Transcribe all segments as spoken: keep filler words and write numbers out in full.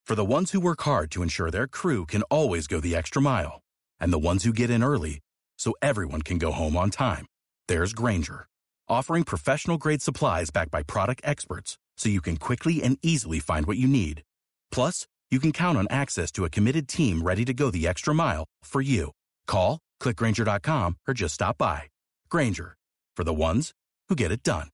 For the ones who work hard to ensure their crew can always go the extra mile, and the ones who get in early so everyone can go home on time, there's Grainger, offering professional-grade supplies backed by product experts so you can quickly and easily find what you need. Plus, you can count on access to a committed team ready to go the extra mile for you. Call, click Grainger dot com, or just stop by. Grainger, for the ones who get it done.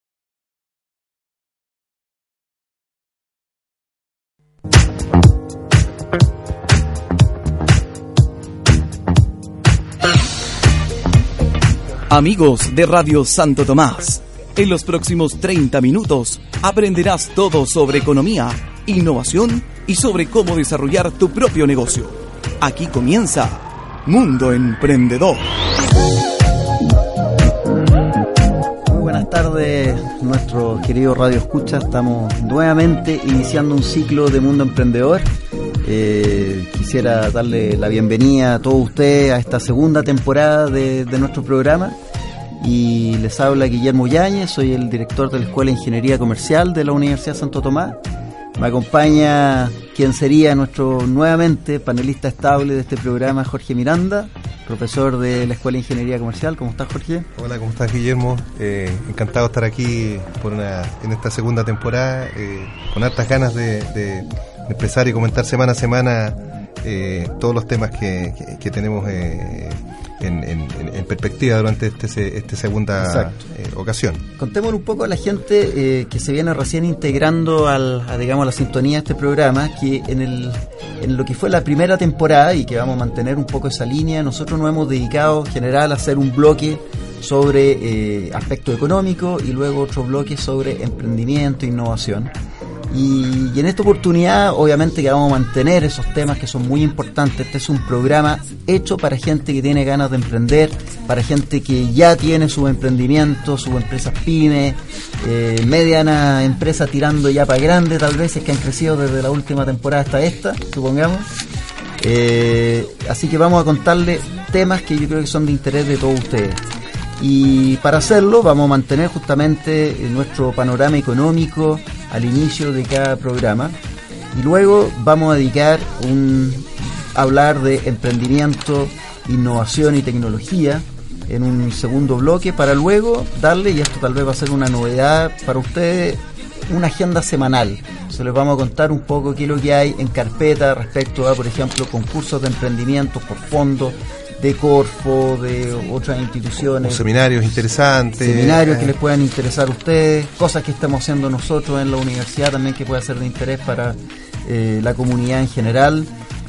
Amigos de Radio Santo Tomás, en los próximos treinta minutos aprenderás todo sobre economía, innovación y sobre cómo desarrollar tu propio negocio. Aquí comienza Mundo Emprendedor. Muy buenas tardes, nuestros queridos Radio Escucha. Estamos nuevamente iniciando un ciclo de Mundo Emprendedor. Eh, quisiera darle la bienvenida a todos ustedes a esta segunda temporada de, de nuestro programa, y les habla Guillermo Yáñez, soy el director de la Escuela de Ingeniería Comercial de la Universidad Santo Tomás. Me acompaña quien sería nuestro nuevamente panelista estable de este programa, Jorge Miranda, profesor de la Escuela de Ingeniería Comercial. ¿Cómo estás, Jorge? Hola, ¿cómo estás, Guillermo? Eh, encantado de estar aquí por una, en esta segunda temporada, eh, con hartas ganas de, de empezar y comentar semana a semana eh, todos los temas que, que, que tenemos eh, en, en, en perspectiva durante este, esta segunda eh, ocasión. Contémosle un poco a la gente eh, que se viene recién integrando al, a, digamos, a la sintonía de este programa, que en, el, en lo que fue la primera temporada, y que vamos a mantener un poco esa línea, nosotros nos hemos dedicado en general a hacer un bloque sobre eh, aspecto económico y luego otro bloque sobre emprendimiento e innovación. Y, y en esta oportunidad, obviamente, que vamos a mantener esos temas que son muy importantes. Este es un programa hecho para gente que tiene ganas de emprender, para gente que ya tiene su emprendimiento, sus empresas pyme, eh, mediana empresa tirando ya para grande, tal vez, es que han crecido desde la última temporada hasta esta, supongamos. Eh, así que vamos a contarles temas que yo creo que son de interés de todos ustedes. Y para hacerlo vamos a mantener justamente nuestro panorama económico al inicio de cada programa, y luego vamos a dedicar un a hablar de emprendimiento, innovación y tecnología en un segundo bloque, para luego darle, y esto tal vez va a ser una novedad para ustedes, una agenda semanal. Se les vamos a contar un poco qué es lo que hay en carpeta respecto a, por ejemplo, concursos de emprendimiento por fondos de Corfo, de otras instituciones. O seminarios interesantes. Seminarios que les puedan interesar a ustedes, cosas que estamos haciendo nosotros en la universidad también que pueda ser de interés para eh, la comunidad en general.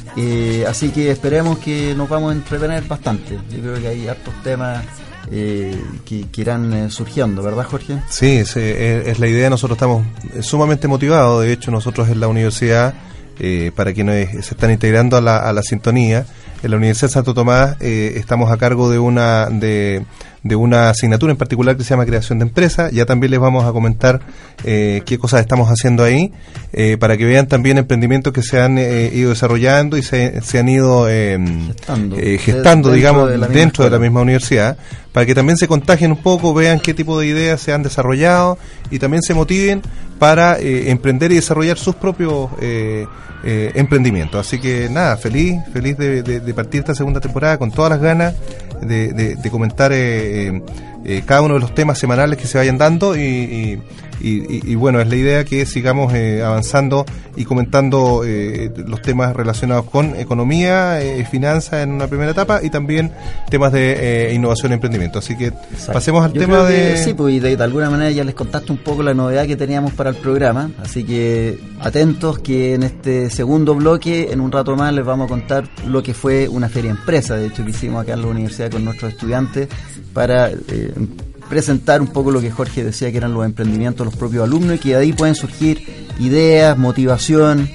Eh, así que esperemos que nos vamos a entretener bastante. Yo creo que hay hartos temas eh, que, que irán eh, surgiendo, ¿verdad, Jorge? Sí, es, es la idea. Nosotros estamos sumamente motivados. De hecho, nosotros en la universidad, eh, para quienes se están integrando a la, a la sintonía, en la Universidad de Santo Tomás eh, estamos a cargo de una de, de una asignatura en particular que se llama Creación de Empresas. Ya también les vamos a comentar eh, qué cosas estamos haciendo ahí, eh, para que vean también emprendimientos que se han eh, ido desarrollando y se, se han ido eh, gestando, eh, gestando de, digamos, dentro, de la, dentro de la misma universidad, para que también se contagien un poco, vean qué tipo de ideas se han desarrollado y también se motiven para eh, emprender y desarrollar sus propios eh, eh, emprendimientos. Así que nada, feliz, feliz de, de, de partir esta segunda temporada con todas las ganas de, de, de comentar eh, eh, cada uno de los temas semanales que se vayan dando, y, y, y, y bueno, es la idea que sigamos eh, avanzando y comentando eh, los temas relacionados con economía, eh, finanzas en una primera etapa, y también temas de eh, innovación y emprendimiento. Así que Exacto. pasemos al Yo tema de... Sí, pues, y de, de alguna manera ya les contaste un poco la novedad que teníamos para el programa, así que atentos que en este segundo bloque, en un rato más, les vamos a contar lo que fue una feria empresa, de hecho, que hicimos acá en la universidad con nuestros estudiantes para eh, presentar un poco lo que Jorge decía que eran los emprendimientos de los propios alumnos, y que de ahí pueden surgir ideas, motivación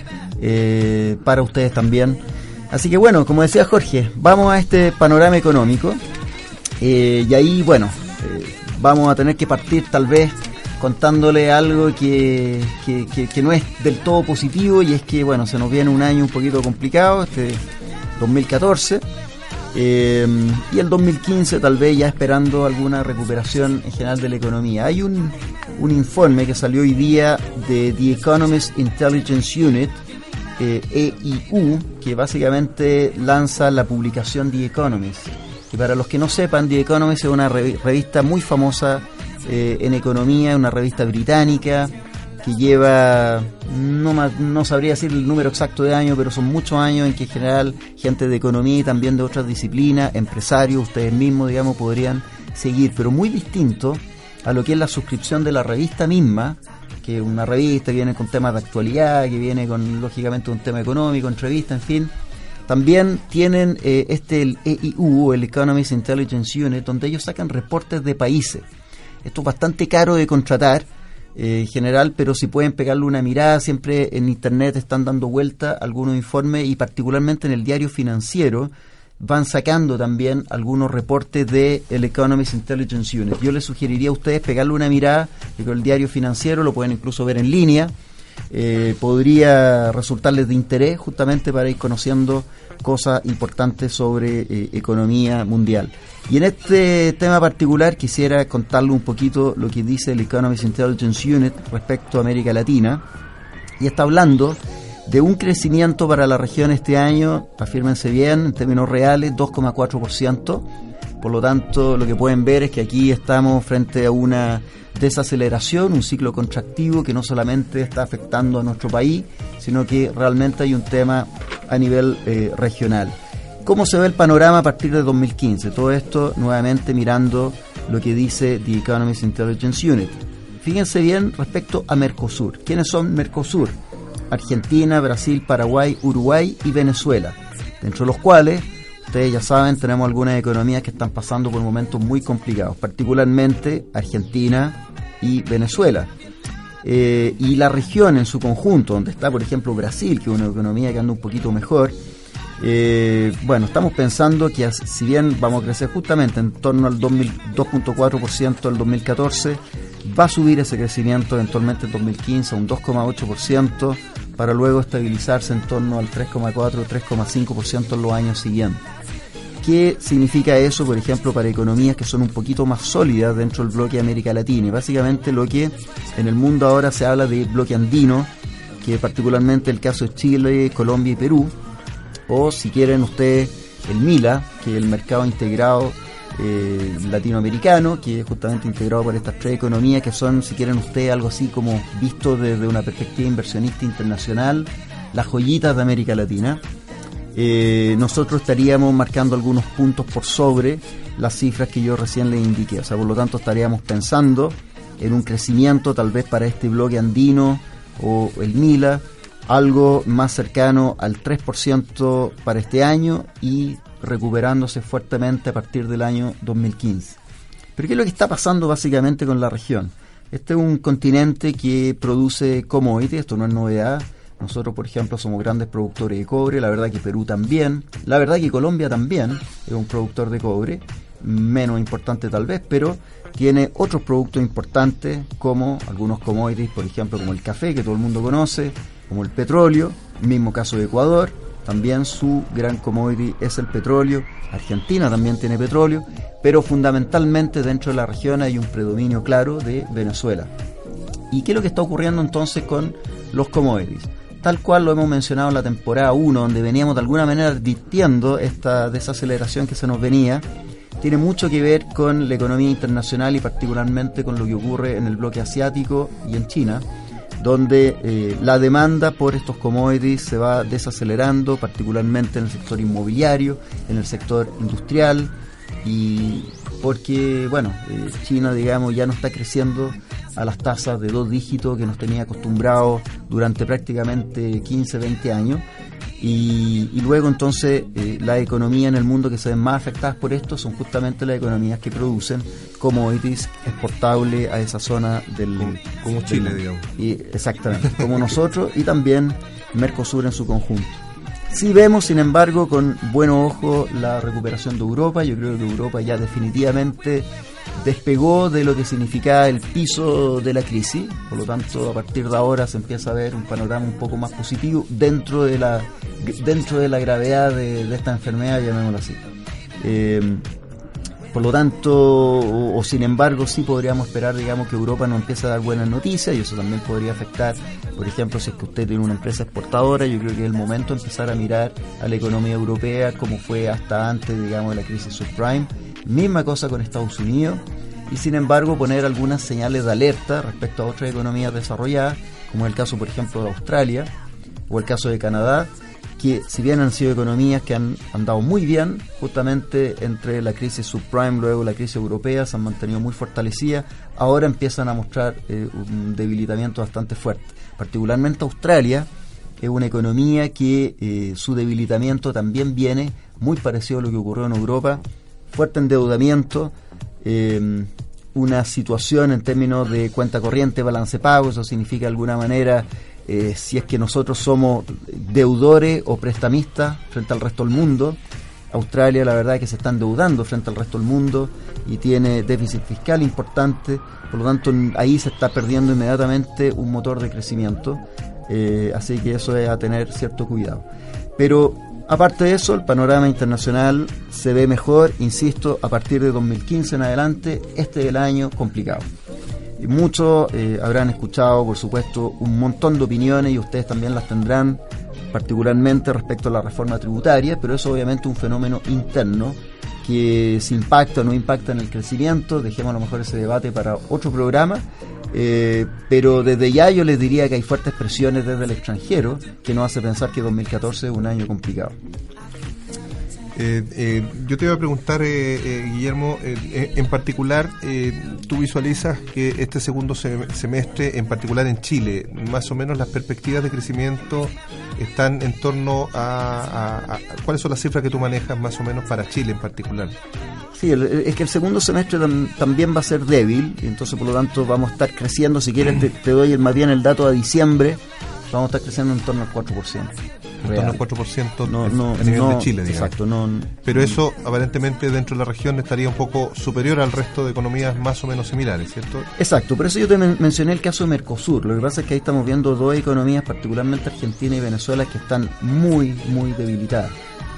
eh, para ustedes también. Así que bueno, como decía Jorge, vamos a este panorama económico, eh, y ahí bueno, eh, vamos a tener que partir tal vez contándole algo que, que, que, que no es del todo positivo, y es que bueno, se nos viene un año un poquito complicado, este dos mil catorce, eh, y el dos mil quince tal vez ya esperando alguna recuperación en general de la economía. Hay un, un informe que salió hoy día de The Economist Intelligence Unit, eh, E I U, que básicamente lanza la publicación The Economist. Y para los que no sepan, The Economist es una revista muy famosa eh, en economía, una revista británica que lleva, no, no sabría decir el número exacto de años, pero son muchos años en que en general gente de economía y también de otras disciplinas, empresarios, ustedes mismos, digamos, podrían seguir, pero muy distinto a lo que es la suscripción de la revista misma, que es una revista que viene con temas de actualidad, que viene con, lógicamente, un tema económico, entrevista, en fin. También tienen eh, este el E I U, el Economist Intelligence Unit, donde ellos sacan reportes de países. Esto es bastante caro de contratar, Eh, en general, pero si pueden pegarle una mirada, siempre en internet están dando vuelta algunos informes y particularmente en el diario financiero van sacando también algunos reportes de el Economist Intelligence Unit. Yo les sugeriría a ustedes pegarle una mirada, porque el diario financiero lo pueden incluso ver en línea, eh, podría resultarles de interés justamente para ir conociendo cosas importantes sobre eh, economía mundial. Y en este tema particular quisiera contarle un poquito lo que dice el Economist Intelligence Unit respecto a América Latina, y está hablando de un crecimiento para la región este año, afírmense bien, en términos reales, dos coma cuatro por ciento. Por lo tanto, lo que pueden ver es que aquí estamos frente a una desaceleración, un ciclo contractivo que no solamente está afectando a nuestro país, sino que realmente hay un tema a nivel eh, regional. ¿Cómo se ve el panorama a partir de dos mil quince? Todo esto nuevamente mirando lo que dice The Economist Intelligence Unit. Fíjense bien respecto a Mercosur. ¿Quiénes son Mercosur? Argentina, Brasil, Paraguay, Uruguay y Venezuela, dentro de los cuales, ustedes ya saben, tenemos algunas economías que están pasando por momentos muy complicados, particularmente Argentina y Venezuela. Eh, y la región en su conjunto, donde está, por ejemplo, Brasil, que es una economía que anda un poquito mejor, eh, bueno, estamos pensando que si bien vamos a crecer justamente en torno al dos punto cuatro por ciento del dos mil catorce, va a subir ese crecimiento eventualmente en dos mil quince a un dos coma ocho por ciento, para luego estabilizarse en torno al tres coma cuatro a tres coma cinco por ciento en los años siguientes. ¿Qué significa eso, por ejemplo, para economías que son un poquito más sólidas dentro del bloque de América Latina? Y básicamente lo que en el mundo ahora se habla de bloque andino, que particularmente el caso de Chile, Colombia y Perú, o si quieren ustedes el MILA, que es el mercado integrado eh, latinoamericano, que es justamente integrado por estas tres economías que son, si quieren ustedes, algo así como visto desde una perspectiva inversionista internacional, las joyitas de América Latina. Eh, nosotros estaríamos marcando algunos puntos por sobre las cifras que yo recién les indiqué, o sea, por lo tanto estaríamos pensando en un crecimiento tal vez para este bloque andino o el MILA, algo más cercano al tres por ciento para este año y recuperándose fuertemente a partir del año dos mil quince. Pero ¿qué es lo que está pasando básicamente con la región? Este es un continente que produce commodities, esto no es novedad. Nosotros, por ejemplo, somos grandes productores de cobre, la verdad que Perú también, la verdad que Colombia también es un productor de cobre, menos importante tal vez, pero tiene otros productos importantes como algunos commodities, por ejemplo, como el café, que todo el mundo conoce, como el petróleo, mismo caso de Ecuador, también su gran commodity es el petróleo. Argentina también tiene petróleo, pero fundamentalmente dentro de la región hay un predominio claro de Venezuela. ¿Y qué es lo que está ocurriendo entonces con los commodities? Tal cual lo hemos mencionado en la temporada uno, donde veníamos de alguna manera advirtiendo esta desaceleración que se nos venía, tiene mucho que ver con la economía internacional y particularmente con lo que ocurre en el bloque asiático y en China, donde eh, la demanda por estos commodities se va desacelerando, particularmente en el sector inmobiliario, en el sector industrial, y porque, bueno, eh, China, digamos, ya no está creciendo a las tasas de dos dígitos que nos tenía acostumbrados durante prácticamente quince, veinte años, y, y luego entonces eh, la economía en el mundo que se ven más afectadas por esto son justamente las economías que producen commodities exportables a esa zona del... Como, como Chile, del, digamos. Y, exactamente, como nosotros y también Mercosur en su conjunto. Sí vemos, sin embargo, con buen ojo la recuperación de Europa. Yo creo que Europa ya definitivamente despegó de lo que significaba el piso de la crisis, por lo tanto a partir de ahora se empieza a ver un panorama un poco más positivo dentro de la dentro de la gravedad de, de esta enfermedad, llamémoslo así. Eh, por lo tanto, o, o sin embargo, sí podríamos esperar, digamos, que Europa nos empiece a dar buenas noticias, y eso también podría afectar, por ejemplo, si es que usted tiene una empresa exportadora. Yo creo que es el momento de empezar a mirar a la economía europea como fue hasta antes, digamos, de la crisis subprime. Misma cosa con Estados Unidos, y sin embargo poner algunas señales de alerta respecto a otras economías desarrolladas, como es el caso, por ejemplo, de Australia o el caso de Canadá, que si bien han sido economías que han andado muy bien, justamente entre la crisis subprime, luego la crisis europea, se han mantenido muy fortalecidas, ahora empiezan a mostrar eh, un debilitamiento bastante fuerte. Particularmente Australia es una economía que eh, su debilitamiento también viene muy parecido a lo que ocurrió en Europa, fuerte endeudamiento, eh, una situación en términos de cuenta corriente, balance pago. Eso significa de alguna manera eh, si es que nosotros somos deudores o prestamistas frente al resto del mundo. Australia, la verdad es que se está endeudando frente al resto del mundo y tiene déficit fiscal importante, por lo tanto ahí se está perdiendo inmediatamente un motor de crecimiento, eh, así que eso es a tener cierto cuidado. Pero aparte de eso, el panorama internacional se ve mejor, insisto, a partir de dos mil quince en adelante. Este es el año complicado. Y muchos eh, habrán escuchado, por supuesto, un montón de opiniones, y ustedes también las tendrán, particularmente respecto a la reforma tributaria, pero eso obviamente es un fenómeno interno que si impacta o no impacta en el crecimiento. Dejemos a lo mejor ese debate para otro programa. Eh, pero desde ya yo les diría que hay fuertes presiones desde el extranjero que nos hace pensar que dos mil catorce es un año complicado. Eh, eh, yo te iba a preguntar, eh, eh, Guillermo, eh, en particular, eh, tú visualizas que este segundo semestre, en particular en Chile, más o menos las perspectivas de crecimiento están en torno a, a, a ¿cuáles son las cifras que tú manejas más o menos para Chile en particular? Sí, el, es que el segundo semestre tam, también va a ser débil, y entonces por lo tanto vamos a estar creciendo. Si quieres te, te doy el, más bien el dato a diciembre, vamos a estar creciendo en torno al cuatro por ciento. En torno al cuatro por ciento no, no, a nivel no, de Chile, digamos. Exacto, no, pero eso aparentemente dentro de la región estaría un poco superior al resto de economías más o menos similares, ¿cierto? Exacto, por eso yo te men- mencioné el caso de Mercosur. Lo que pasa es que ahí estamos viendo dos economías, particularmente Argentina y Venezuela, que están muy, muy debilitadas.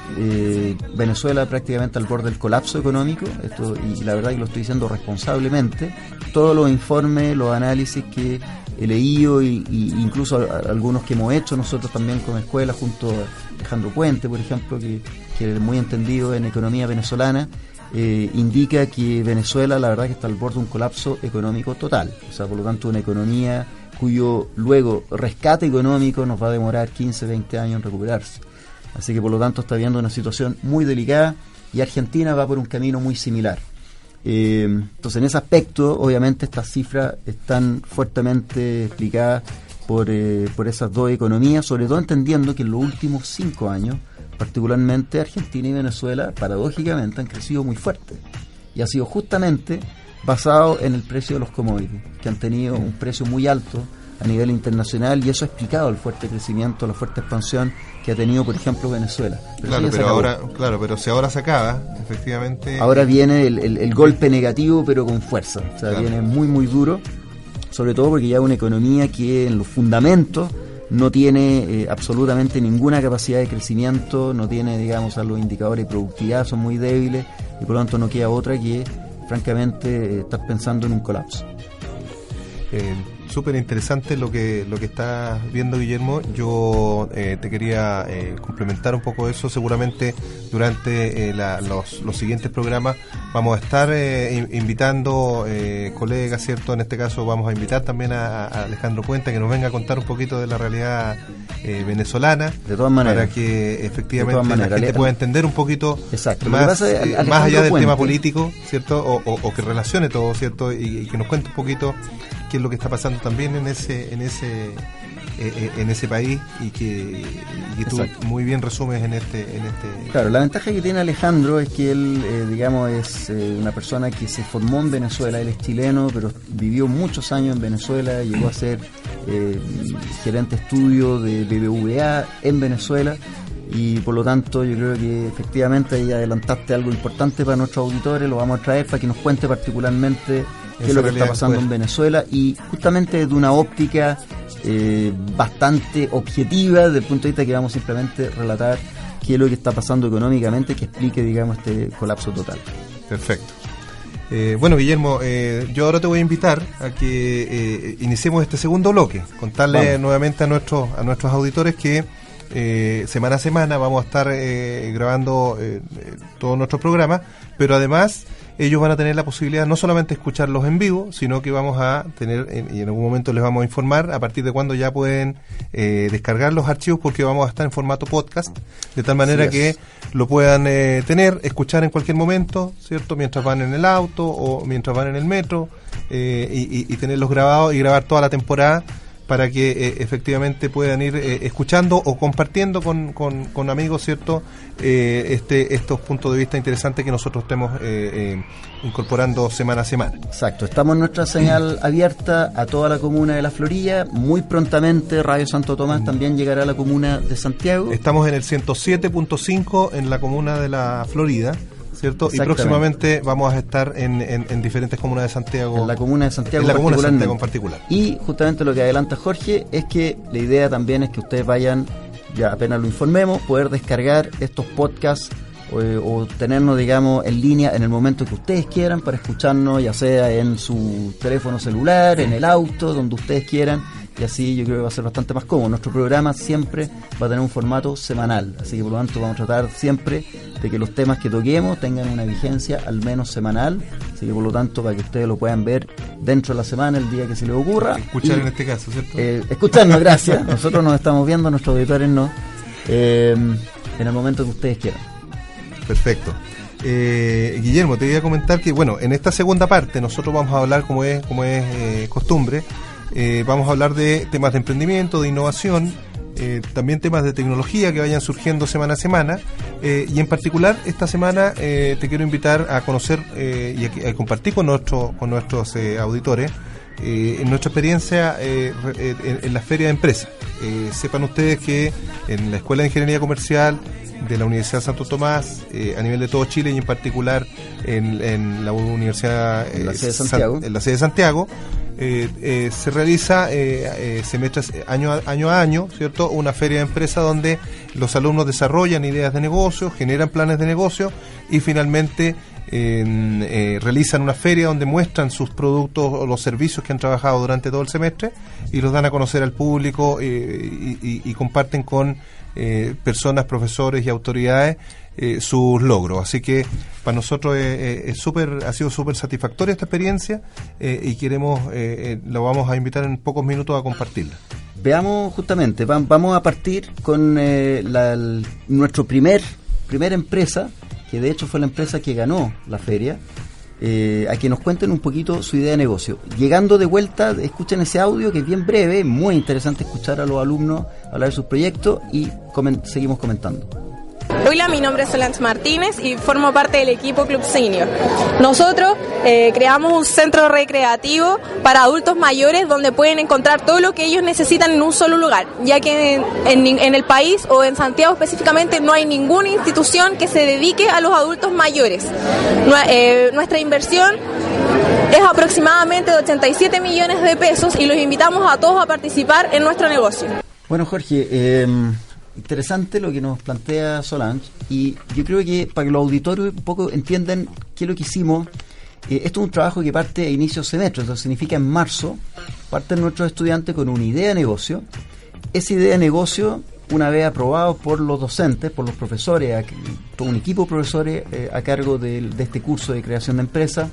Eh, Venezuela prácticamente al borde del colapso económico, esto, y la verdad que lo estoy diciendo responsablemente. Todos los informes, los análisis que he leído, y, y incluso a, a algunos que hemos hecho nosotros también con escuela, junto a Alejandro Puente, por ejemplo, que, que es muy entendido en economía venezolana, eh, indica que Venezuela la verdad que está al borde de un colapso económico total. O sea, por lo tanto, una economía cuyo luego rescate económico nos va a demorar quince, veinte años en recuperarse. Así que por lo tanto está viendo una situación muy delicada, y Argentina va por un camino muy similar. Eh, entonces en ese aspecto obviamente estas cifras están fuertemente explicadas por, eh, por esas dos economías, sobre todo entendiendo que en los últimos cinco años particularmente Argentina y Venezuela paradójicamente han crecido muy fuerte, y ha sido justamente basado en el precio de los commodities, que han tenido un precio muy alto a nivel internacional, y eso ha explicado el fuerte crecimiento, la fuerte expansión que ha tenido, por ejemplo, Venezuela. Pero claro, pero ahora, claro, pero si ahora se acaba, efectivamente... Ahora viene el, el, el golpe negativo, pero con fuerza. O sea, claro, viene muy, muy duro, sobre todo porque ya es una economía que en los fundamentos no tiene eh, absolutamente ninguna capacidad de crecimiento, no tiene, digamos, a los indicadores de productividad, son muy débiles, y por lo tanto no queda otra que, francamente, eh, estar pensando en un colapso. Eh, Súper interesante lo que lo que estás viendo, Guillermo. Yo eh, te quería eh, complementar un poco eso. Seguramente durante eh, la, los, los siguientes programas vamos a estar eh, invitando eh, colegas, ¿cierto? En este caso vamos a invitar también a, a Alejandro Puente, que nos venga a contar un poquito de la realidad eh, venezolana. De todas maneras. Para que efectivamente maneras, la gente Ale... pueda entender un poquito Exacto. más, es, eh, más allá del Puente. Tema político, ¿cierto? O, o, o que relacione todo, ¿cierto? Y, y que nos cuente un poquito qué es lo que está pasando también en ese en ese eh, en ese país, y que, y que tú Exacto. muy bien resumes en este en este claro. La ventaja que tiene Alejandro es que él eh, digamos es eh, una persona que se formó en Venezuela. Él es chileno, pero vivió muchos años en Venezuela, llegó a ser eh, gerente de estudio de B B V A en Venezuela, y por lo tanto yo creo que efectivamente ahí adelantaste algo importante para nuestros auditores. Lo vamos a traer para que nos cuente particularmente qué es lo que está pasando en Venezuela, y justamente desde una óptica eh, bastante objetiva, desde el punto de vista que vamos simplemente a relatar qué es lo que está pasando económicamente, que explique, digamos, este colapso total. Perfecto. Eh, bueno, Guillermo, eh, yo ahora te voy a invitar a que eh, iniciemos este segundo bloque, contarle vamos. nuevamente a nuestros a nuestros auditores que eh, semana a semana vamos a estar eh, grabando eh, todos nuestros programas, pero además ellos van a tener la posibilidad no solamente de escucharlos en vivo, sino que vamos a tener, y en algún momento les vamos a informar a partir de cuándo ya pueden eh, descargar los archivos, porque vamos a estar en formato podcast, de tal manera que lo puedan eh, tener, escuchar en cualquier momento, ¿cierto? Mientras van en el auto o mientras van en el metro, eh, y, y tenerlos grabados y grabar toda la temporada para que eh, efectivamente puedan ir eh, escuchando o compartiendo con, con, con amigos, ¿cierto? Eh, este estos puntos de vista interesantes que nosotros estemos eh, eh, incorporando semana a semana. Exacto, estamos en nuestra señal abierta a toda la comuna de La Florida. Muy prontamente Radio Santo Tomás también llegará a la comuna de Santiago. Estamos en el ciento siete punto cinco en la comuna de La Florida, ¿cierto? Y próximamente vamos a estar en, en, en diferentes comunas de Santiago. En la comuna de Santiago, en la comuna de Santiago en particular. Y justamente lo que adelanta Jorge es que la idea también es que ustedes vayan, ya apenas lo informemos, poder descargar estos podcasts o, o tenernos, digamos, en línea en el momento que ustedes quieran para escucharnos, ya sea en su teléfono celular, en el auto, donde ustedes quieran. Y así yo creo que va a ser bastante más cómodo. Nuestro programa siempre va a tener un formato semanal, así que por lo tanto vamos a tratar siempre de que los temas que toquemos tengan una vigencia al menos semanal, así que por lo tanto para que ustedes lo puedan ver dentro de la semana, el día que se les ocurra. Escuchar y, en este caso, ¿cierto? Eh, escucharnos, gracias. Nosotros nos estamos viendo, nuestros auditores no, eh, en el momento que ustedes quieran. Perfecto. Eh, Guillermo, te voy a comentar que, bueno, en esta segunda parte nosotros vamos a hablar, como es, como es eh, costumbre, Eh, vamos a hablar de temas de emprendimiento, de innovación, eh, también temas de tecnología que vayan surgiendo semana a semana, eh, y en particular esta semana eh, te quiero invitar a conocer eh, y a, a compartir con, nuestro, con nuestros eh, auditores eh, en nuestra experiencia eh, en, en la Feria de Empresas. Eh, sepan ustedes que en la Escuela de Ingeniería Comercial de la Universidad de Santo Tomás, eh, a nivel de todo Chile y en particular en, en la Universidad en la eh, sede de Santiago, San, en la sede de Santiago eh, eh, se realiza eh, eh, semestres año a, año a año, ¿cierto? Una feria de empresas donde los alumnos desarrollan ideas de negocio, generan planes de negocio y finalmente eh, eh, realizan una feria donde muestran sus productos o los servicios que han trabajado durante todo el semestre y los dan a conocer al público eh, y, y, y comparten con Eh, personas, profesores y autoridades eh, sus logros. Así que para nosotros eh, eh, es super, ha sido súper satisfactoria esta experiencia eh, y queremos, eh, eh, lo vamos a invitar en pocos minutos a compartirla. Veamos justamente, va, vamos a partir con eh, la, el, nuestro primer primera empresa, que de hecho fue la empresa que ganó la feria. Eh, a que nos cuenten un poquito su idea de negocio. Llegando de vuelta, escuchen ese audio que es bien breve, muy interesante escuchar a los alumnos hablar de sus proyectos y coment- seguimos comentando. Hola, mi nombre es Solange Martínez y formo parte del equipo Club Senior. Nosotros eh, creamos un centro recreativo para adultos mayores donde pueden encontrar todo lo que ellos necesitan en un solo lugar, ya que en, en, en el país o en Santiago específicamente no hay ninguna institución que se dedique a los adultos mayores. Nue- eh, nuestra inversión es aproximadamente de ochenta y siete millones de pesos y los invitamos a todos a participar en nuestro negocio. Bueno, Jorge, eh, interesante lo que nos plantea Solange y yo creo que para que los auditores un poco entiendan qué es lo que hicimos, eh, esto es un trabajo que parte a inicio de semestre, eso significa en marzo parten nuestros estudiantes con una idea de negocio. Esa idea de negocio, una vez aprobado por los docentes, por los profesores, todo un equipo de profesores eh, a cargo de, de este curso de creación de empresa,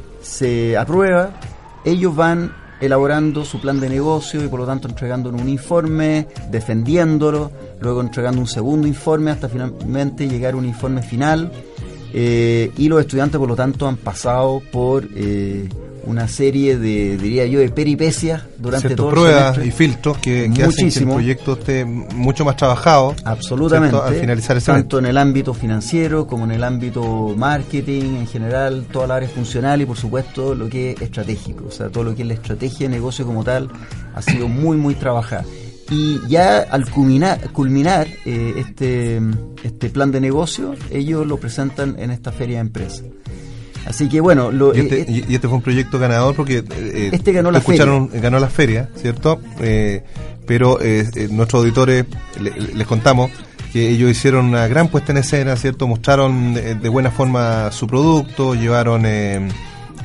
se aprueba, ellos van elaborando su plan de negocio y por lo tanto entregando un informe, defendiéndolo, luego entregando un segundo informe hasta finalmente llegar a un informe final, eh, y los estudiantes por lo tanto han pasado por eh, una serie de, diría yo, de peripecias durante todo el pruebas semestre. y filtros que, que hacen que el proyecto esté mucho más trabajado. Absolutamente, ¿cierto? Al finalizar ese tanto evento. en el ámbito financiero como en el ámbito marketing, en general, toda la área funcional y por supuesto lo que es estratégico, o sea, todo lo que es la estrategia de negocio como tal ha sido muy muy trabajada. Y ya al culminar, culminar eh, este, este plan de negocio, ellos lo presentan en esta feria de empresas. Así que bueno, lo, y, este, eh, y este fue un proyecto ganador porque eh, este ganó la escucharon, feria. ganó la feria, ¿cierto? Eh, pero eh, eh, nuestros auditores le, les contamos que ellos hicieron una gran puesta en escena, ¿cierto? Mostraron de, de buena forma su producto, llevaron eh,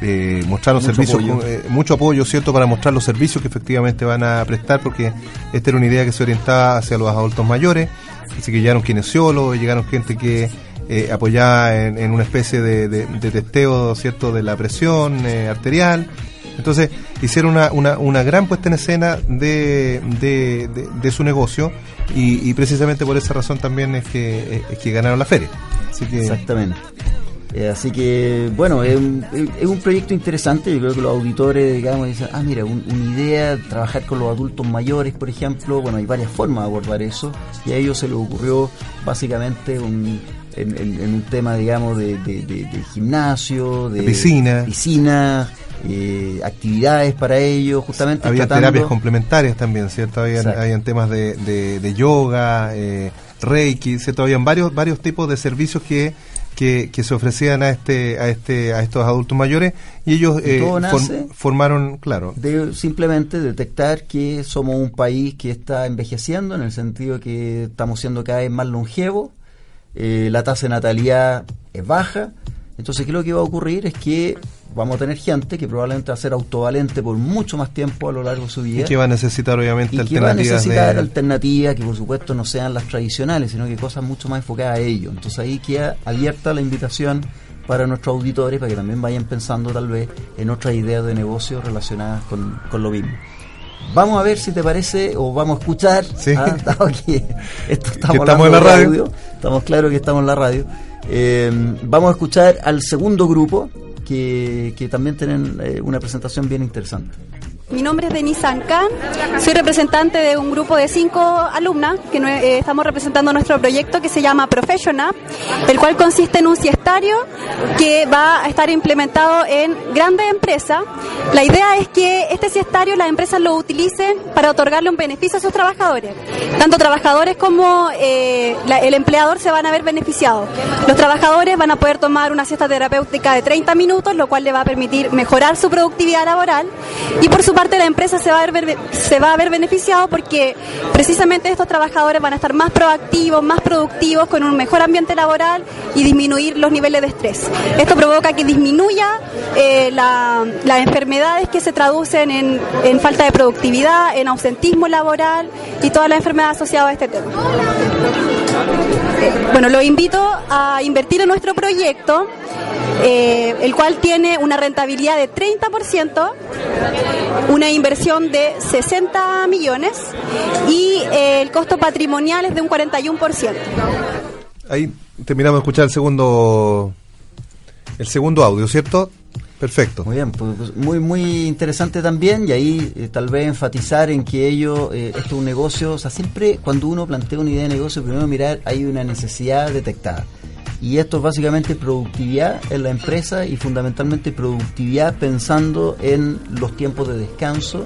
eh, mostrar los mucho servicios, apoyo. Con, eh, mucho apoyo, ¿cierto?, para mostrar los servicios que efectivamente van a prestar, porque esta era una idea que se orientaba hacia los adultos mayores, así que llegaron kinesiólogos, llegaron gente que eh, apoyaba en, en una especie de, de, de testeo, ¿cierto?, de la presión eh, arterial. Entonces hicieron una, una, una gran puesta en escena de, de, de, de su negocio y, y precisamente por esa razón también es que, es que ganaron la feria. Así que... Exactamente. Eh, así que, bueno, es un, es un proyecto interesante. Yo creo que los auditores, digamos, dicen, ah, mira, un, una idea, trabajar con los adultos mayores, por ejemplo. Bueno, hay varias formas de abordar eso y a ellos se les ocurrió básicamente un... En, en, en un tema, digamos, de, de, de, de gimnasio, de, de piscina, piscina eh, actividades para ellos, justamente. Había tratando... terapias complementarias también, ¿cierto? Habían, habían temas de, de, de yoga, eh, reiki, ¿cierto? Habían varios varios tipos de servicios que que, que se ofrecían a este a este a estos adultos mayores y ellos eh, form, formaron, claro, de simplemente detectar que somos un país que está envejeciendo, en el sentido que estamos siendo cada vez más longevos. Eh, la tasa de natalidad es baja, entonces ¿qué es lo que va a ocurrir? Es que vamos a tener gente que probablemente va a ser autovalente por mucho más tiempo a lo largo de su vida y que va a necesitar obviamente y alternativas, que va a necesitar de... alternativas que por supuesto no sean las tradicionales, sino que cosas mucho más enfocadas a ello. Entonces ahí queda abierta la invitación para nuestros auditores para que también vayan pensando tal vez en otras ideas de negocio relacionadas con, con lo mismo. Vamos a ver si te parece, o vamos a escuchar, sí. ¿ah? Dado que esto estamos, que estamos en la radio. Audio, estamos claros que estamos en la radio. Eh, vamos a escuchar al segundo grupo, que, que también tienen eh, una presentación bien interesante. Mi nombre es Denise Ancán, soy representante de un grupo de cinco alumnas que no, eh, estamos representando nuestro proyecto que se llama Professional, el cual consiste en un siestario que va a estar implementado en grandes empresas. La idea es que este siestario las empresas lo utilicen para otorgarle un beneficio a sus trabajadores. Tanto trabajadores como eh, la, el empleador se van a ver beneficiados. Los trabajadores van a poder tomar una siesta terapéutica de treinta minutos, lo cual le va a permitir mejorar su productividad laboral, y por su parte la empresa se va a ver se va a ver beneficiado porque precisamente estos trabajadores van a estar más proactivos, más productivos, con un mejor ambiente laboral y disminuir los niveles de estrés. Esto provoca que disminuya eh, la, las enfermedades que se traducen en, en falta de productividad, en ausentismo laboral y todas las enfermedades asociadas a este tema. Eh, bueno, los invito a invertir en nuestro proyecto, eh, el cual tiene una rentabilidad de treinta por ciento, una inversión de sesenta millones y eh, el costo patrimonial es de un cuarenta y uno por ciento. Ahí terminamos de escuchar el segundo el segundo audio, ¿cierto? Perfecto. Muy bien, pues muy muy interesante también, y ahí eh, tal vez enfatizar en que ello, eh, esto es un negocio, o sea, siempre cuando uno plantea una idea de negocio, primero mirar, hay una necesidad detectada. Y esto es básicamente productividad en la empresa y fundamentalmente productividad pensando en los tiempos de descanso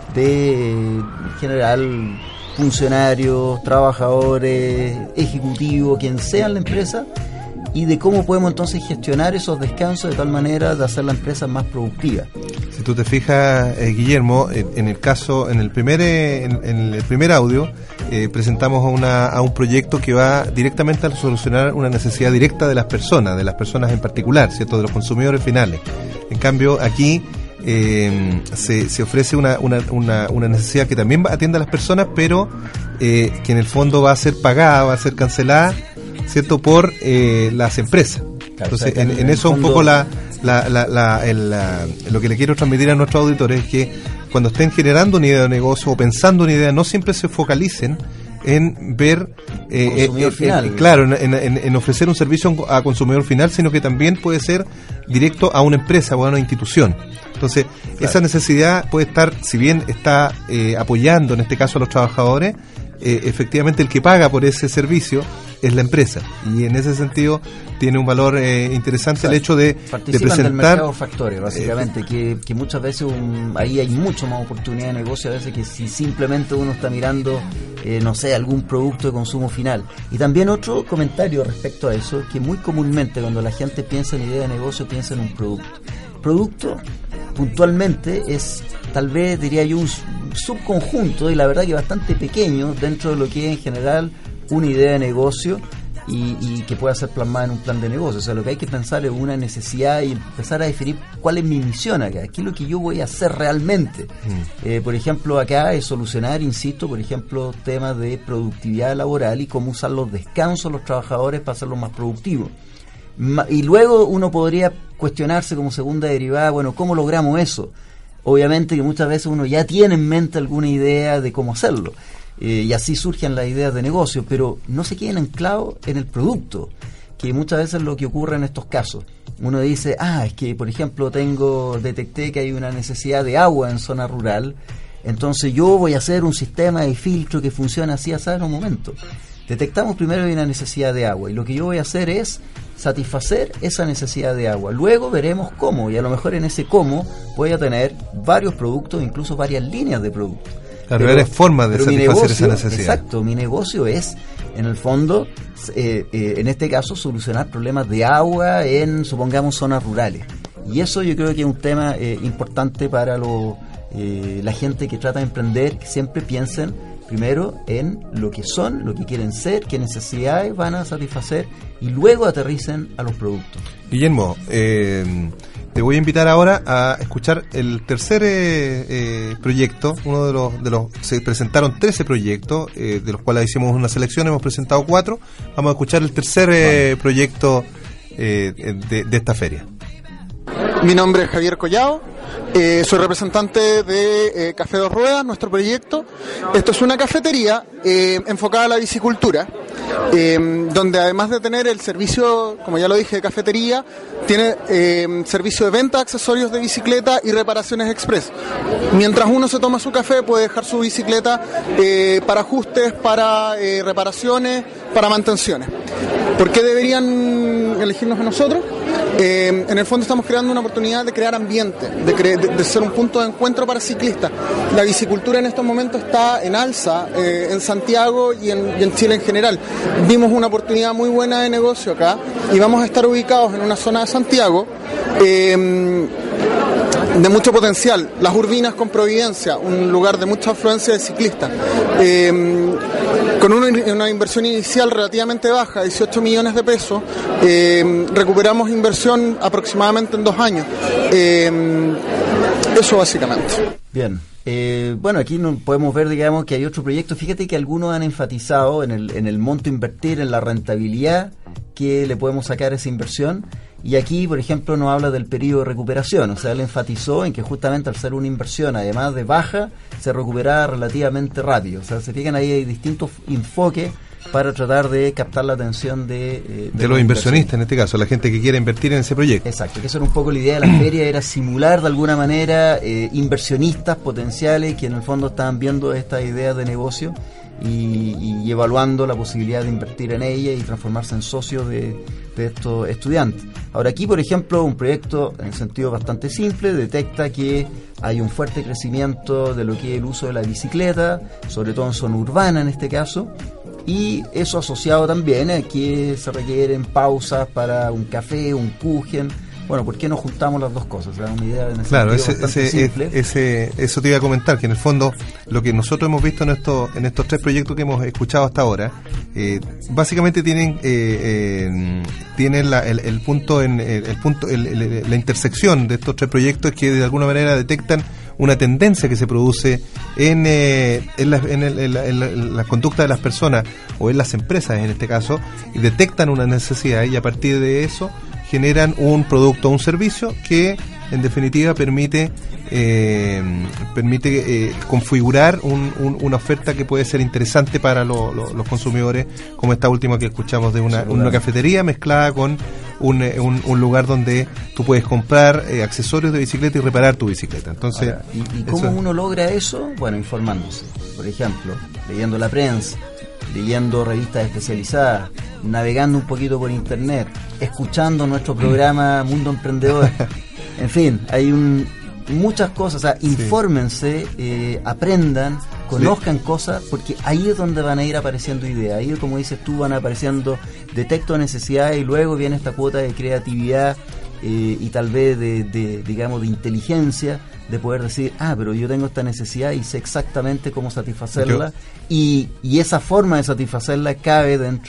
de, en general, funcionarios, trabajadores, ejecutivos, quien sea en la empresa, y de cómo podemos entonces gestionar esos descansos de tal manera de hacer la empresa más productiva. Si tú te fijas, eh, Guillermo, en, en el caso, en el primer eh, en, en el primer audio eh, presentamos a, una, a un proyecto que va directamente a solucionar una necesidad directa de las personas, de las personas en particular, ¿cierto?, de los consumidores finales. En cambio, aquí eh, se, se ofrece una, una, una, una necesidad que también atiende a las personas, pero eh, que en el fondo va a ser pagada, va a ser cancelada, ¿cierto?, por eh, las empresas. Entonces, en, en eso un poco la, la, la, la, el, la, lo que le quiero transmitir a nuestros auditores es que cuando estén generando una idea de negocio o pensando una idea, no siempre se focalicen en ver, eh, consumidor eh, final. Eh, claro, en, en, en ofrecer un servicio a consumidor final, sino que también puede ser directo a una empresa o a una institución. Entonces, claro, esa necesidad puede estar, si bien está eh, apoyando en este caso a los trabajadores, eh, efectivamente el que paga por ese servicio es la empresa, y en ese sentido tiene un valor eh, interesante, o sea, el hecho de, de presentar del mercado factorio, básicamente, eh, que, que muchas veces un, ahí hay mucho más oportunidad de negocio a veces que si simplemente uno está mirando eh, no sé, algún producto de consumo final. Y también otro comentario respecto a eso, que muy comúnmente cuando la gente piensa en idea de negocio piensa en un producto. Producto puntualmente es, tal vez diría yo, un subconjunto, y la verdad que bastante pequeño dentro de lo que es en general una idea de negocio, y, y que pueda ser plasmada en un plan de negocio. O sea, lo que hay que pensar es una necesidad y empezar a definir cuál es mi misión acá, qué es lo que yo voy a hacer realmente. Mm. Eh, por ejemplo, acá es solucionar, insisto, por ejemplo, temas de productividad laboral y cómo usar los descansos de los trabajadores para hacerlos más productivos. Ma- y luego uno podría cuestionarse como segunda derivada, bueno, ¿cómo logramos eso? Obviamente que muchas veces uno ya tiene en mente alguna idea de cómo hacerlo. Eh, y así surgen las ideas de negocio, pero no se queden anclados en el producto, que muchas veces es lo que ocurre en estos casos. Uno dice, ah, es que por ejemplo tengo detecté que hay una necesidad de agua en zona rural, entonces yo voy a hacer un sistema de filtro que funciona así, así en un momento. Detectamos primero que hay una necesidad de agua y lo que yo voy a hacer es satisfacer esa necesidad de agua. Luego veremos cómo, y a lo mejor en ese cómo voy a tener varios productos, incluso varias líneas de productos. Claro, varias formas de satisfacer negocio, esa necesidad. Exacto, mi negocio es, en el fondo, eh, eh, en este caso, solucionar problemas de agua en, supongamos, zonas rurales. Y eso yo creo que es un tema eh, importante para lo, eh, la gente que trata de emprender, que siempre piensen primero en lo que son, lo que quieren ser, qué necesidades van a satisfacer y luego aterricen a los productos. Guillermo, eh, te voy a invitar ahora a escuchar el tercer eh, eh, proyecto, uno de los, de los, se presentaron trece proyectos, eh, de los cuales hicimos una selección, hemos presentado cuatro, vamos a escuchar el tercer eh, proyecto eh, de, de esta feria. Mi nombre es Javier Collado, eh, soy representante de eh, Café Dos Ruedas, nuestro proyecto. Esto es una cafetería eh, enfocada a la bicicultura, eh, donde además de tener el servicio, como ya lo dije, de cafetería, tiene eh, servicio de venta de accesorios de bicicleta y reparaciones express. Mientras uno se toma su café, puede dejar su bicicleta eh, para ajustes, para eh, reparaciones, para mantenciones. ¿Por qué deberían elegirnos a nosotros? Eh, en el fondo estamos creando una oportunidad de crear ambiente, de, cre- de, de ser un punto de encuentro para ciclistas. La bicicultura en estos momentos está en alza eh, en Santiago y en, y en Chile en general. Vimos una oportunidad muy buena de negocio acá y vamos a estar ubicados en una zona de Santiago eh, de mucho potencial, Las Urbinas con Providencia, un lugar de mucha afluencia de ciclistas. Eh, con una, una inversión inicial relativamente baja, dieciocho millones de pesos, eh, recuperamos inversión aproximadamente en dos años. Eh, eso básicamente. Bien. Eh, bueno, aquí no podemos ver, digamos, que hay otro proyecto. Fíjate que algunos han enfatizado en el, en el monto a invertir, en la rentabilidad que le podemos sacar a esa inversión. Y aquí, por ejemplo, nos habla del periodo de recuperación. O sea, él enfatizó en que justamente al ser una inversión, además de baja, se recuperaba relativamente rápido. O sea, se fijan ahí, hay distintos enfoques para tratar de captar la atención de... Eh, de, de los inversionistas, en este caso, la gente que quiere invertir en ese proyecto. Exacto, que eso era un poco la idea de la feria, era simular de alguna manera eh, inversionistas potenciales que en el fondo estaban viendo estas ideas de negocio y, y evaluando la posibilidad de invertir en ella y transformarse en socios de, de estos estudiantes. Ahora aquí, por ejemplo, un proyecto en sentido bastante simple detecta que hay un fuerte crecimiento de lo que es el uso de la bicicleta, sobre todo en zona urbana en este caso, y eso asociado también a que se requieren pausas para un café, un kuchen. Bueno, ¿por qué no juntamos las dos cosas? O sea, una idea en ese claro, ese, bastante ese, simple. Ese, eso te iba a comentar, que en el fondo lo que nosotros hemos visto en estos, en estos tres proyectos que hemos escuchado hasta ahora, eh, básicamente tienen eh, eh, tienen la, el, el punto en el, el punto el, el, la intersección de estos tres proyectos que de alguna manera detectan una tendencia que se produce en, eh, en, la, en, el, en, la, en, la, en la conducta de las personas o en las empresas en este caso, y detectan una necesidad y a partir de eso generan un producto o un servicio que en definitiva permite eh, permite eh, configurar un, un, una oferta que puede ser interesante para lo, lo, los consumidores, como esta última que escuchamos de una, una cafetería mezclada con un, un, un lugar donde tú puedes comprar eh, accesorios de bicicleta y reparar tu bicicleta. Entonces, ahora, ¿y, y cómo eso... uno logra eso? Bueno, informándose, por ejemplo, leyendo la prensa, leyendo revistas especializadas, navegando un poquito por internet, escuchando nuestro programa Mundo Emprendedor. En fin, hay un, muchas cosas. O sea, infórmense, eh, aprendan, conozcan sí. cosas, porque ahí es donde van a ir apareciendo ideas. Ahí, como dices tú, van apareciendo, detecto necesidades y luego viene esta cuota de creatividad eh, y tal vez de, de, digamos, de inteligencia, de poder decir, ah, pero yo tengo esta necesidad y sé exactamente cómo satisfacerla, y, y esa forma de satisfacerla cabe dentro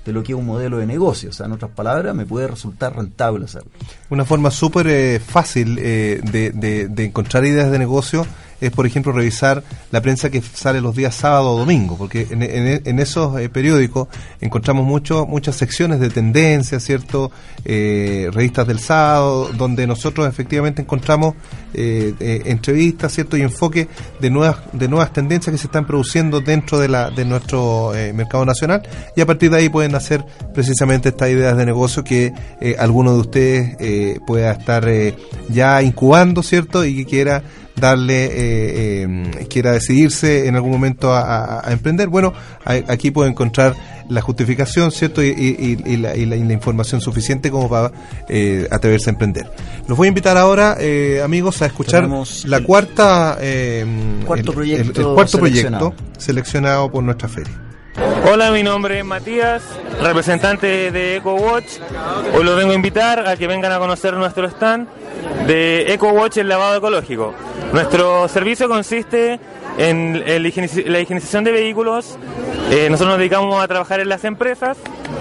de lo que es un modelo de negocio. O sea, en otras palabras, me puede resultar rentable hacerlo. Una forma súper eh, fácil eh, de, de, de encontrar ideas de negocio es, por ejemplo, revisar la prensa que sale los días sábado o domingo, porque en, en, en esos eh, periódicos encontramos mucho, muchas secciones de tendencias, ¿cierto? Eh, revistas del sábado, donde nosotros efectivamente encontramos eh, eh, entrevistas, ¿cierto? Y enfoque de nuevas de nuevas tendencias que se están produciendo dentro de la de nuestro eh, mercado nacional, y a partir de ahí pueden hacer precisamente estas ideas de negocio que eh, alguno de ustedes eh, pueda estar eh, ya incubando, ¿cierto? Y que quiera darle, eh, eh, quiera decidirse en algún momento a, a, a emprender. Bueno, a, aquí puede encontrar la justificación, ¿cierto? Y, y, y, la, y, la, y la información suficiente como para eh, atreverse a emprender. Los voy a invitar ahora, eh, amigos, a escuchar Tenemos la cuarta eh, cuarto el, proyecto el, el cuarto seleccionado. proyecto seleccionado por nuestra feria. Hola, mi nombre es Matías, representante de EcoWatch. Hoy los vengo a invitar a que vengan a conocer nuestro stand de EcoWatch, el lavado ecológico. Nuestro servicio consiste en la higienización de vehículos. Eh, nosotros nos dedicamos a trabajar en las empresas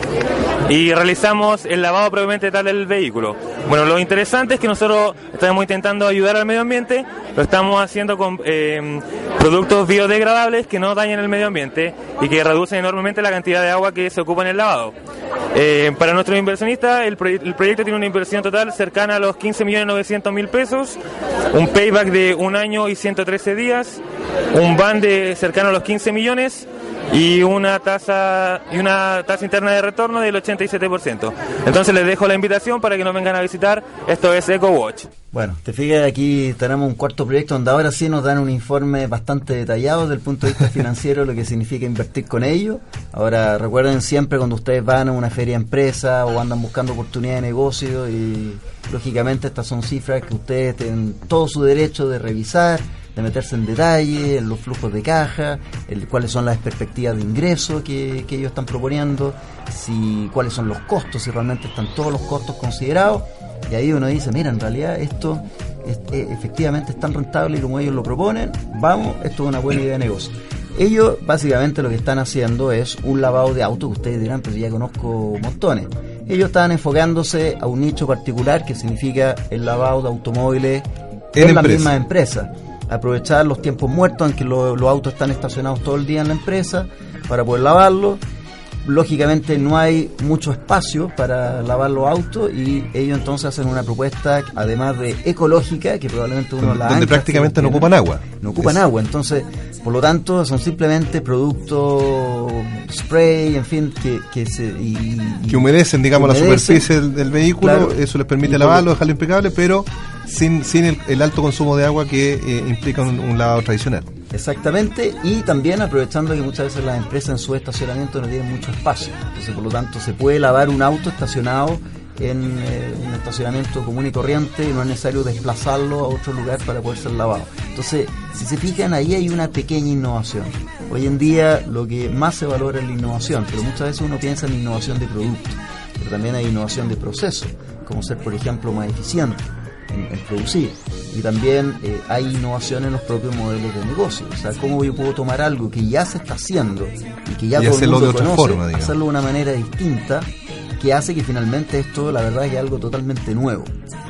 y realizamos el lavado propiamente tal del vehículo. Bueno, lo interesante es que nosotros estamos intentando ayudar al medio ambiente, lo estamos haciendo con eh, productos biodegradables que no dañan el medio ambiente y que reducen enormemente la cantidad de agua que se ocupa en el lavado. Eh, para nuestros inversionistas, el, proye- el proyecto tiene una inversión total cercana a los quince millones novecientos mil pesos, un payback de un año y ciento trece días, un ban de cercano a los quince millones y una tasa y una tasa interna de retorno del ochenta y siete por ciento. Entonces les dejo la invitación para que nos vengan a visitar. Esto es EcoWatch. Bueno, te fijas, aquí tenemos un cuarto proyecto donde ahora sí nos dan un informe bastante detallado desde el punto de vista financiero, lo que significa invertir con ellos. Ahora, recuerden siempre cuando ustedes van a una feria de empresa o andan buscando oportunidades de negocio, y lógicamente estas son cifras que ustedes tienen todo su derecho de revisar, de meterse en detalle, en los flujos de caja, el, cuáles son las perspectivas de ingreso que, que ellos están proponiendo, si cuáles son los costos, si realmente están todos los costos considerados. Y ahí uno dice, mira, en realidad esto es, es, efectivamente es tan rentable y como ellos lo proponen, vamos, esto es una buena idea de negocio. Ellos básicamente lo que están haciendo es un lavado de autos, que ustedes dirán, pero ya conozco montones. Ellos están enfocándose a un nicho particular que significa el lavado de automóviles en la misma empresa. Aprovechar los tiempos muertos en que lo, los autos están estacionados todo el día en la empresa para poder lavarlos. Lógicamente no hay mucho espacio para lavar los autos y ellos entonces hacen una propuesta, además de ecológica, que probablemente uno la donde prácticamente no ocupan agua. No ocupan es. agua, entonces, por lo tanto, son simplemente productos, spray, en fin, que, que se... Y, y, que humedecen, digamos, que humedecen, la superficie del, del vehículo, claro, eso les permite lavarlo, dejarlo impecable, pero sin, sin el, el alto consumo de agua que eh, implica un, un lavado tradicional. Exactamente, y también aprovechando que muchas veces las empresas en su estacionamiento no tienen mucho espacio, entonces por lo tanto se puede lavar un auto estacionado en eh, un estacionamiento común y corriente y no es necesario desplazarlo a otro lugar para poder ser lavado. Entonces, si se fijan, ahí hay una pequeña innovación. Hoy en día lo que más se valora es la innovación, pero muchas veces uno piensa en innovación de producto, pero también hay innovación de proceso, como ser, por ejemplo, más eficiente en, en producir. Y también eh, hay innovación en los propios modelos de negocio. O sea, cómo yo puedo tomar algo que ya se está haciendo y que ya y todo el mundo de otra conoce, forma, hacerlo de una manera distinta, que hace que finalmente esto, la verdad, es algo totalmente nuevo.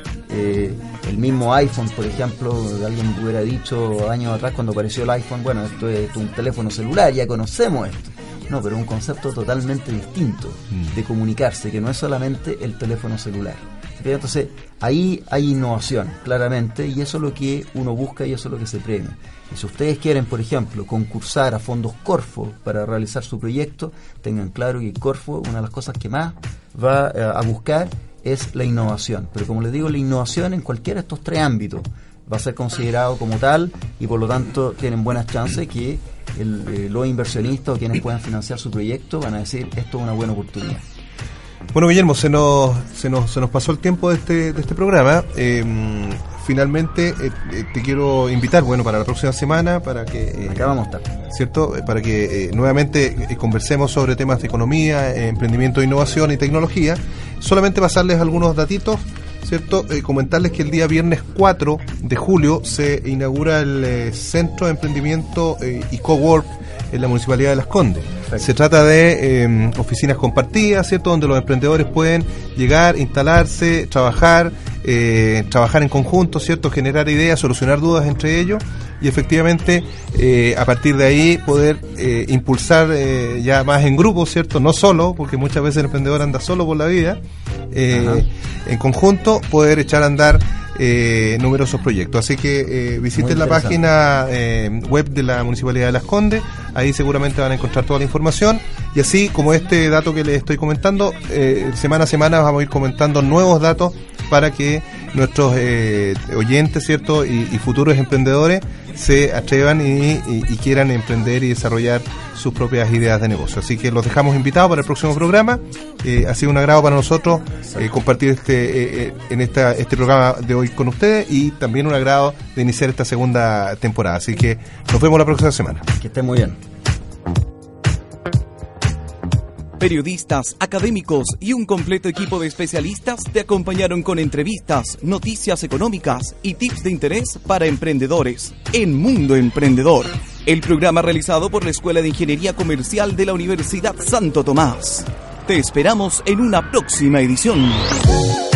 Eh, el mismo iPhone, por ejemplo, alguien hubiera dicho años atrás cuando apareció el iPhone, bueno, esto es un teléfono celular, ya conocemos esto. No, pero es un concepto totalmente distinto de comunicarse, que no es solamente el teléfono celular. Entonces, ahí hay innovación, claramente, y eso es lo que uno busca y eso es lo que se premia. Y si ustedes quieren, por ejemplo, concursar a fondos Corfo para realizar su proyecto, tengan claro que Corfo, una de las cosas que más va a buscar es la innovación. Pero como les digo, la innovación en cualquiera de estos tres ámbitos va a ser considerado como tal y por lo tanto tienen buenas chances que el, eh, los inversionistas o quienes puedan financiar su proyecto van a decir, esto es una buena oportunidad. Bueno, Guillermo, se nos, se nos, se nos pasó el tiempo de este, de este programa. Eh, finalmente, eh, te quiero invitar, bueno, para la próxima semana, para que... Eh, Acá vamos a estar. ¿Cierto? Para que eh, nuevamente eh, conversemos sobre temas de economía, eh, emprendimiento, innovación y tecnología. Solamente pasarles algunos datitos, ¿cierto? Eh, comentarles que el día viernes cuatro de julio se inaugura el eh, Centro de Emprendimiento eh, y Cowork en la Municipalidad de Las Condes. Perfecto. Se trata de eh, oficinas compartidas, ¿cierto? Donde los emprendedores pueden llegar, instalarse, trabajar, eh, trabajar en conjunto, ¿cierto? Generar ideas, solucionar dudas entre ellos y efectivamente eh, a partir de ahí poder eh, impulsar eh, ya más en grupo, ¿cierto? No solo, porque muchas veces el emprendedor anda solo por la vida, eh, en conjunto poder echar a andar Eh, numerosos proyectos. Así que eh, visiten la página eh, web de la Municipalidad de Las Condes, ahí seguramente van a encontrar toda la información y así como este dato que les estoy comentando, eh, semana a semana vamos a ir comentando nuevos datos para que nuestros eh, oyentes, ¿cierto? Y, y futuros emprendedores se atrevan y, y, y quieran emprender y desarrollar sus propias ideas de negocio. Así que los dejamos invitados para el próximo programa. Eh, ha sido un agrado para nosotros eh, compartir este eh, en esta este programa de hoy con ustedes y también un agrado de iniciar esta segunda temporada. Así que nos vemos la próxima semana. Que estén muy bien. Periodistas, académicos y un completo equipo de especialistas te acompañaron con entrevistas, noticias económicas y tips de interés para emprendedores en Mundo Emprendedor, el programa realizado por la Escuela de Ingeniería Comercial de la Universidad Santo Tomás. Te esperamos en una próxima edición.